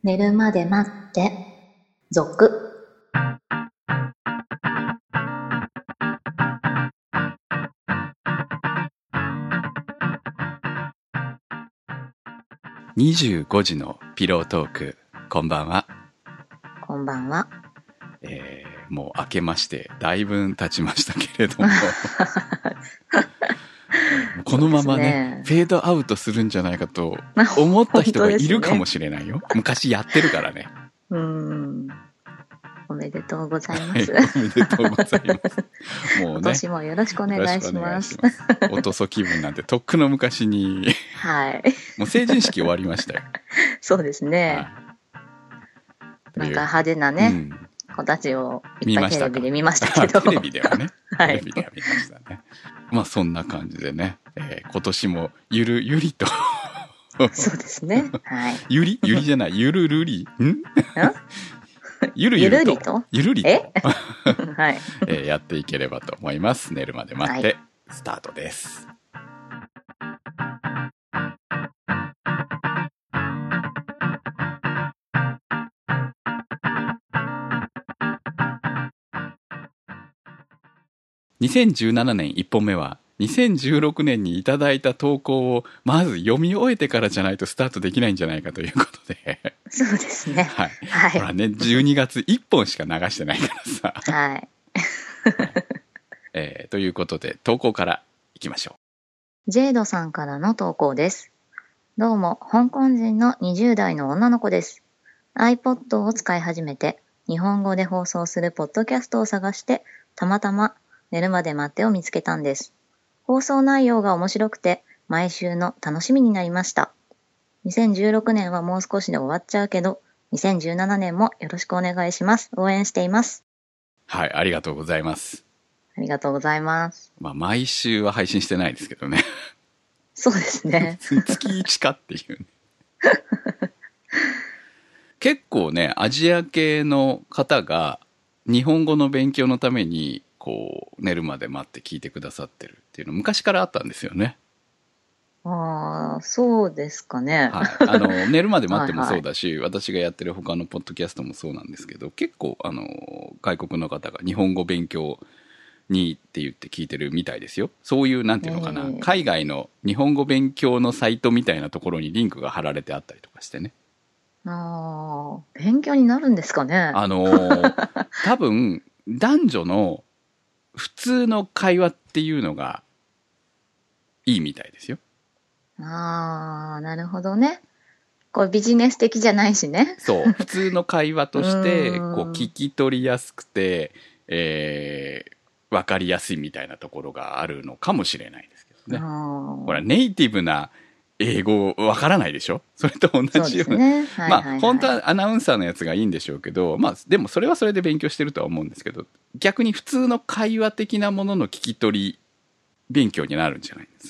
寝るまで待って、続。 25時のピロートーク、こんばんは。 こんばんは。 もう明けましてだいぶ経ちましたけれどもこのままねフェードアウトするんじゃないかと思った人がいるかもしれないよ。昔やってるからね。 おめでとうございます。 はい、おめでとうございます。もうね、 今年もよろしくお願いします。 おとそ気分なんてとっくの昔にはい。 もう成人式終わりましたよ。 そうですね。はい、なんか派手なね、子たちをいっぱいテレビで見ましたけど。 テレビではね。 はい、 テレビでは見ましたね。まあそんな感じでね、今年もゆるゆりとそうですね。はい。 ゆりじゃない、ゆるるりゆるゆるとゆるりとはい、 やっていければと思います。寝るまで待って、スタートです。2017年1本目は2016年にいただいた投稿をまず読み終えてからじゃないとスタートできないんじゃないかということでそうですね。 はい。はい、ほらね、12月1本しか流してないからさ。 はい。 ということで投稿からいきましょう。ジェイドさんからの投稿です。どうも、香港人の20代の女の子です。iPod を使い始めて、日本語で放送するポッドキャストを探して、たまたま寝るまで待ってを見つけたんです。放送内容が面白くて、毎週の楽しみになりました。2016年はもう少しで終わっちゃうけど、2017年もよろしくお願いします。応援しています。 はい、ありがとうございます。 ありがとうございます。 まあ、毎週は配信してないですけどね。 そうですね。 月1かっていうね。結構ね、アジア系の方が日本語の勉強のためにこう寝るまで待って聞いてくださってるっていうの昔からあったんですよね。 ああ、そうですかね。 はい、寝るまで待ってもそうだし、はいはい、私がやってる他のポッドキャストもそうなんですけど、結構外国の方が日本語勉強にって言って聞いてるみたいですよ。そういうなんていうのかな、海外の日本語勉強のサイトみたいなところにリンクが貼られてあったりとかしてね。 ああ、勉強になるんですかね。 多分男女の普通の会話っていうのがいいみたいですよ。 ああ、なるほどね。こうビジネス的じゃないしね。 そう、普通の会話としてこう聞き取りやすくて、分かりやすいみたいなところがあるのかもしれないですけどね。ほらネイティブな英語わからないでしょ。それと同じような、ね、はいはいはい、まあ本当はアナウンサーのやつがいいんでしょうけど、まあでもそれはそれで勉強してるとは思うんですけど、逆に普通の会話的なものの聞き取り勉強になるんじゃないんです。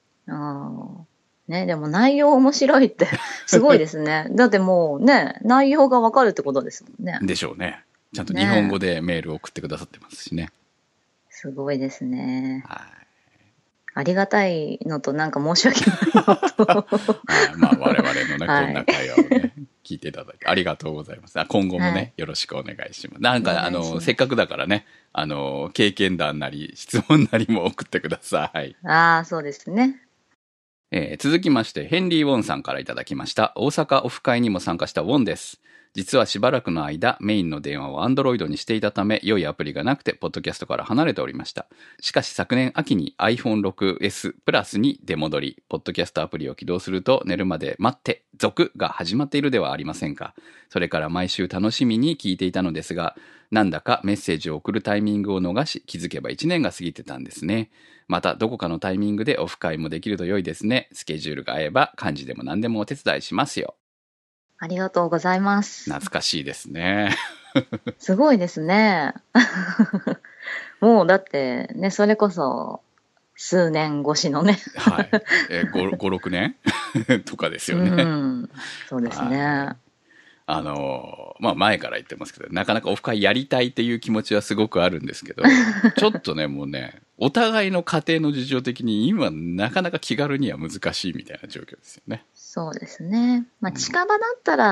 ね、でも内容面白いってすごいですね。だってもうね、内容がわかるってことですもんね。 でしょうね。ちゃんと日本語でメールを送ってくださってますしね。 すごいですね。 はい。 ありがたいのとなんか申し訳ないのとまあ我々のね、はい、こんな会話をね聞いていただいてありがとうございます。今後もね、はい、よろしくお願いします。なんかせっかくだからね、経験談なり質問なりも送ってください。 ああ、そうですね。 続きましてヘンリー・ウォンさんからいただきました。大阪オフ会にも参加したウォンです。実はしばらくの間メインの電話を Android にしていたため良いアプリがなくてポッドキャストから離れておりました。しかし昨年秋に iPhone6S プラスに出戻りポッドキャストアプリを起動すると寝るまで待って続が始まっているではありませんか。それから毎週楽しみに聞いていたのですが、なんだかメッセージを送るタイミングを逃し気づけば1年が過ぎてたんですね。またどこかのタイミングでオフ会もできると良いですね。スケジュールが合えば漢字でも何でもお手伝いしますよ。 ありがとうございます。 懐かしいですね。 すごいですね。もうだってね、それこそ数年越しのね。 はい。5、6年とかですよね。 そうですね。 まあ前から言ってますけど、なかなかオフ会やりたいっていう気持ちはすごくあるんですけど、ちょっとね、もうね、お互いの家庭の事情的に今なかなか気軽には難しいみたいな状況ですよね。 そうですね。まあ近場だったら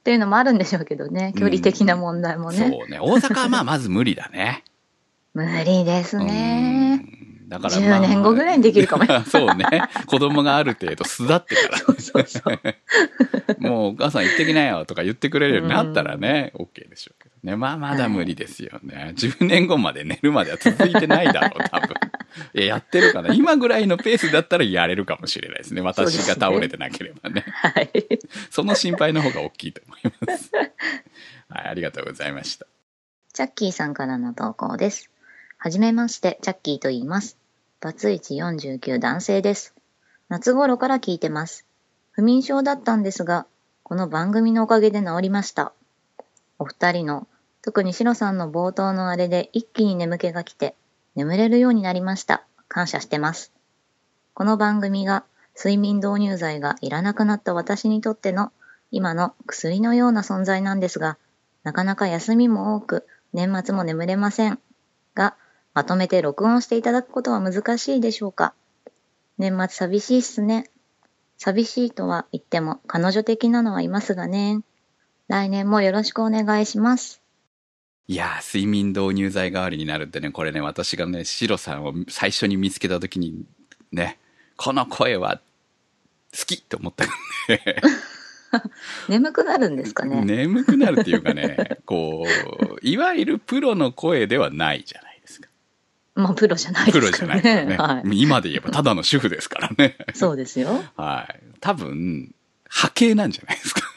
っていうのもあるんでしょうけどね。距離的な問題もね。 そうね。大阪はまあまず無理だね。 無理ですね。 だから 10年後ぐらいにできるかも。 そうね。子供がある程度巣立ってから。そうもうお母さん行ってきなよとか言ってくれるようになったらね、OK でしょうけどね。まあまだ無理ですよね。はい、10年後まで寝るまでは続いてないだろう、多分。やってるかな。今ぐらいのペースだったらやれるかもしれないですね。私が倒れてなければね。 はい。 その心配の方が大きいと思います。はい、ありがとうございました。 チャッキーさんからの投稿です。はじめまして、チャッキーと言います。バツイチ49男性です。夏頃から聞いてます。不眠症だったんですが、この番組のおかげで治りました。お二人の、特にシロさんの冒頭のあれで一気に眠気が来て、眠れるようになりました。感謝してます。この番組が睡眠導入剤がいらなくなった私にとっての今の薬のような存在なんですが、なかなか休みも多く、年末も眠れません。が、まとめて録音していただくことは難しいでしょうか。年末寂しいっすね。寂しいとは言っても彼女的なのはいますがね。来年もよろしくお願いします。 いやー、睡眠導入剤代わりになるってね、これね、私がね、シロさんを最初に見つけたときにね、この声は好きって思ったんで。 眠くなるんですかね。 眠くなるっていうかね、こう、いわゆるプロの声ではないじゃないですか。 まあ、プロじゃないですからね。 プロじゃないからね。 はい、 今で言えばただの主婦ですからね。 そうですよ。 はい。多分、波形なんじゃないですか。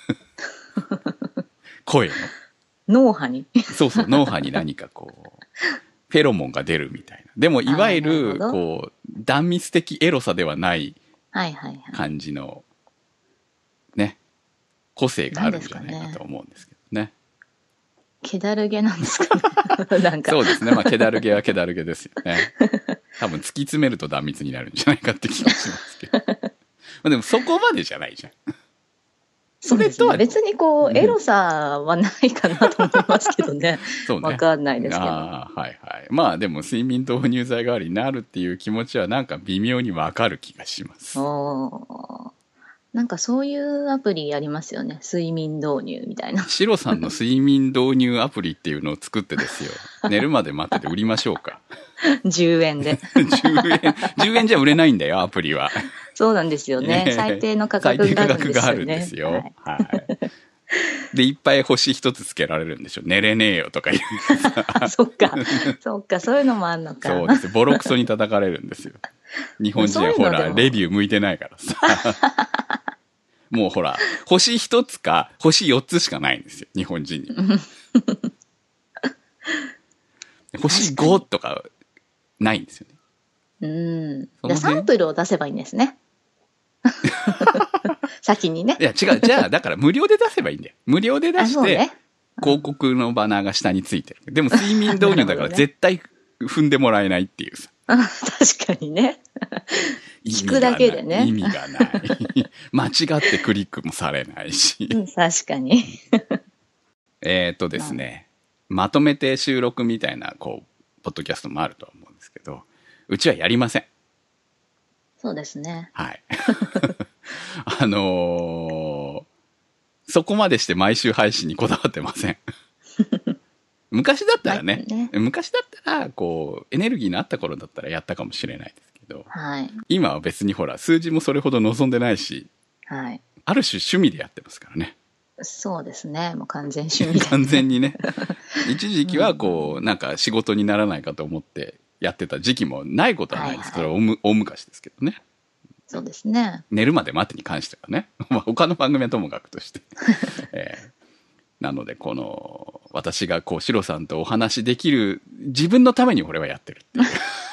声の。 脳波に。 そうそう、脳波に何かこう、フェロモンが出るみたいな。でも、いわゆる、こう、断密的エロさではない感じの、ね、個性があるんじゃないかと思うんですけどね。 気だるげなんですかね。なんか。 そうですね。まあ、気だるげは気だるげですよね。多分、突き詰めると断密になるんじゃないかって気がしますけど。まあでも、そこまでじゃないじゃん。 それとは別にこう、エロさはないかなと思いますけどね。そうね。わかんないですけど。 はいはい。まあでも睡眠導入剤代わりになるっていう気持ちはなんか微妙にわかる気がします。 なんかそういうアプリありますよね。睡眠導入みたいな。 シロさんの睡眠導入アプリっていうのを作ってですよ。寝るまで待ってて売りましょうか。 10円で。 10円じゃ売れないんだよ、アプリは。 そうなんですよね。最低の価格があるんですよね。最低価格があるんですよ。 はい。で、いっぱい星一つつけられるんでしょ。寝れねえよとか言う。そっか。そっか。そういうのもあんのか。 そうです。ボロクソに叩かれるんですよ。日本人はほら、レビュー向いてないからさ。もうほら、星一つか、星4つしかないんですよ。日本人に。星5とか、ないんですよね。 じゃあサンプルを出せばいいんですね。先にね。 いや、違う。じゃあ、だから無料で出せばいいんだよ。無料で出して、広告のバナーが下についてる。でも睡眠導入だから絶対踏んでもらえないっていうさ。 確かにね。聞くだけでね。 意味がない。間違ってクリックもされないし。 確かに。 ですね。まとめて収録みたいな、こう、ポッドキャストもあるとは思うんですけど、うちはやりません。 そうですね。 はい。そこまでして毎週配信にこだわってません。昔だったらね、昔だったら、こう、エネルギーのあった頃だったらやったかもしれないですけど、 はい、 今は別にほら、数字もそれほど望んでないし、 はい、 ある種趣味でやってますからね。 そうですね。もう完全趣味で。 完全にね。一時期はこう、なんか仕事にならないかと思ってやってた時期もないことはないです。それは大昔ですけどね。 そうですね。 寝るまで待てに関してはね。他の番組はともかくとして。なので、この、私がこう、シロさんとお話できる、自分のために俺はやってるっていう。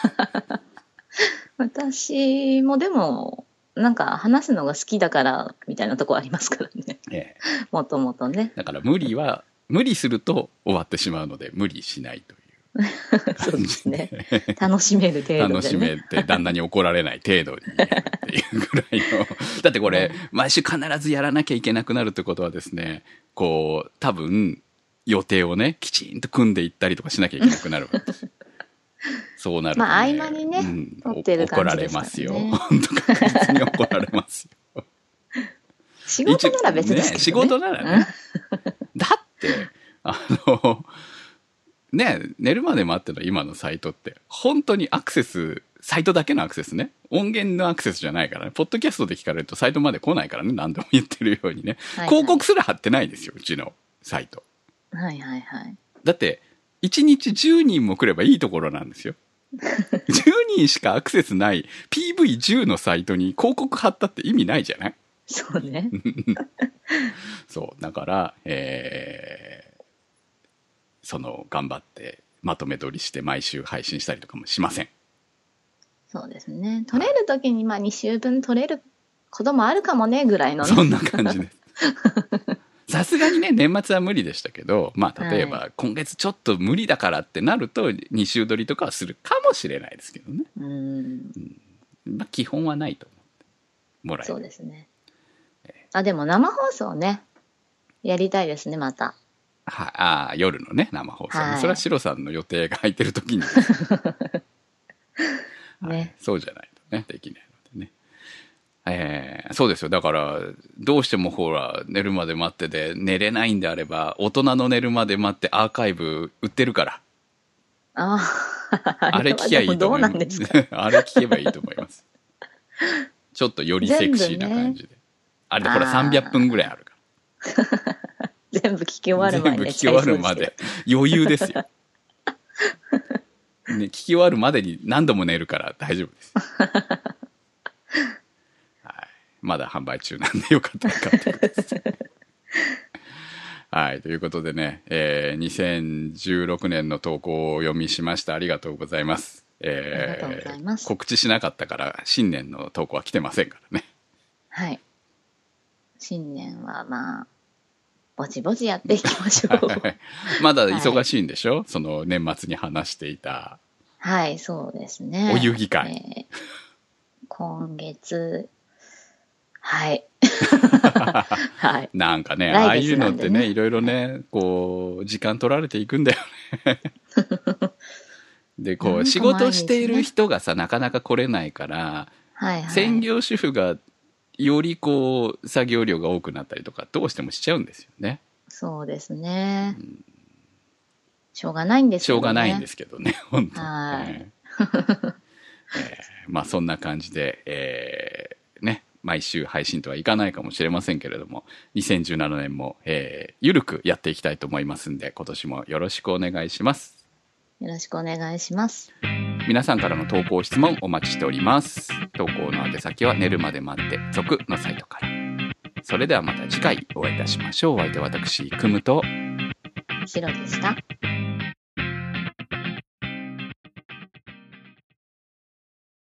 私もでも、なんか話すのが好きだからみたいなとこありますからね。もともとね。 だから無理すると終わってしまうので、無理しないという。 そうですね。楽しめる程度で、ね。 楽しめて、旦那に怒られない程度にっていうぐらいの。だってこれ、毎週必ずやらなきゃいけなくなるってことはですね、こう、多分、予定をね、きちんと組んでいったりとかしなきゃいけなくなるわけです。そうなると、ね。 まあ、合間にね、撮ってる感じですからね。 怒られますよ。本当確実に怒られますよ。 仕事なら別ですけどね。 仕事ならね。 ね、寝るまで待っての今のサイトって、本当にアクセス、サイトだけのアクセスね。音源のアクセスじゃないからね。ポッドキャストで聞かれるとサイトまで来ないからね。何度も言ってるようにね。 はいはい、 広告すら貼ってないですよ、うちのサイト。 はいはいはい。 だって、1日10人も来ればいいところなんですよ。10人しかアクセスない PV10 のサイトに広告貼ったって意味ないじゃない？ そうね。 そう。だから、頑張ってまとめ撮りして毎週配信したりとかもしません。 そうですね。撮れるときに2週分撮れることもあるかもねぐらいの、ね、 そんな感じです。さすがにね、年末は無理でしたけど、例えば、今月ちょっと無理だからってなると、2週撮りとかはするかもしれないですけどね。基本はないと思ってもらえる。 そうですね。でも生放送ね、やりたいですね、また。 夜のね、生放送ね。それはシロさんの予定が入ってる時にね、そうじゃないとね、できないのでね。そうですよ。だから、どうしてもほら、寝るまで待ってで、寝れないんであれば、大人の寝るまで待ってアーカイブ売ってるから。あれ聞きゃいいと思います。あれ聞けばいいと思います。ちょっとよりセクシーな感じで。あれでほら300分ぐらいあるから。 全部聞き終わるまで。 全部聞き終わるまで。余裕ですよ。ね、聞き終わるまでに何度も寝るから大丈夫です。まだ販売中なんでよかったら買ってください。はい。ということでね、2016年の投稿をお読みしました。ありがとうございます。 ありがとうございます。 告知しなかったから新年の投稿は来てませんからね。はい。 新年はぼちぼちやっていきましょう。 まだ忙しいんでしょ、その年末に話していた。 はい、そうですね。 お遊戯会。 今月、はい。 はい。なんかね、ああいうのってね、いろいろね、時間取られていくんだよね。で、仕事している人がさ、なかなか来れないから、専業主婦がより作業量が多くなったりとか、どうしてもしちゃうんですよね。 そうですね。しょうがないんですけどね。 しょうがないんですけどね、本当に。はい。そんな感じで、ね。毎週配信とはいかないかもしれませんけれども、2017年も、ゆるくやっていきたいと思いますんで、今年もよろしくお願いします。 よろしくお願いします。 皆さんからの投稿質問お待ちしております。投稿の宛先は寝るまで待って続のサイトから。それではまた次回お会いいたしましょう。お相手は私、くむとシロでした。